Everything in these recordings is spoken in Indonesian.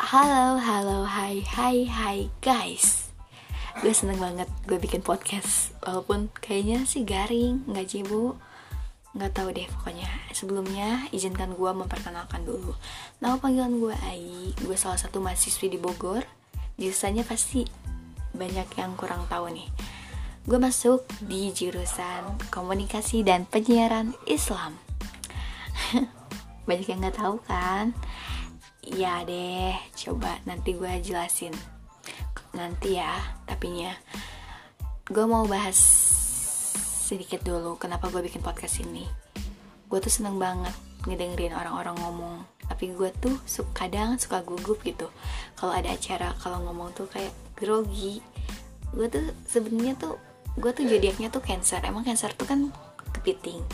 Halo, hai guys. Gue seneng banget gue bikin podcast. Walaupun kayaknya sih garing, gak cibu, gak tahu deh pokoknya. Sebelumnya izinkan gue memperkenalkan dulu. Nama panggilan gue Ai. Gue salah satu mahasiswi di Bogor. Jurusannya pasti banyak yang kurang tahu nih. Gue masuk di jurusan komunikasi dan penyiaran Islam. Banyak yang gak tahu kan? Ya deh, coba nanti gue jelasin nanti ya. Tapinya gue mau bahas sedikit dulu kenapa gue bikin podcast ini. Gue tuh seneng banget ngedengerin orang-orang ngomong, tapi gue tuh kadang suka gugup gitu kalau ada acara, kalau ngomong tuh kayak grogi. Gue tuh sebenarnya tuh gue tuh zodiaknya tuh Cancer. Emang Cancer tuh kan kepiting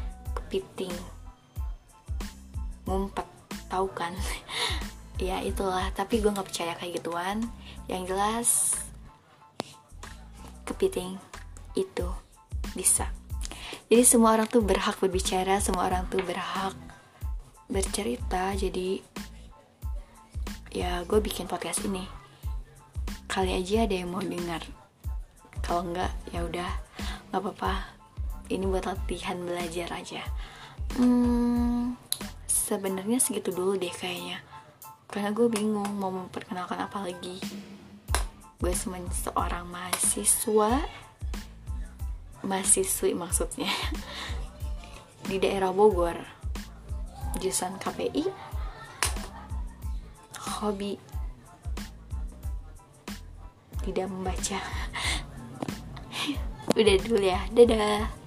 ngumpet, tahu kan? Ya itulah, tapi gue nggak percaya kayak gituan. Yang jelas kepiting itu bisa. Jadi semua orang tuh berhak berbicara, semua orang tuh berhak bercerita. Jadi ya gue bikin podcast ini, kali aja ada yang mau dengar. Kalau enggak ya udah, nggak apa-apa. Ini buat latihan belajar aja. Sebenarnya segitu dulu deh kayaknya, karena gue bingung mau memperkenalkan apa lagi. Gue seorang mahasiswi maksudnya di daerah Bogor, jurusan KPI. Hobi tidak membaca. Udah dulu ya, dadah.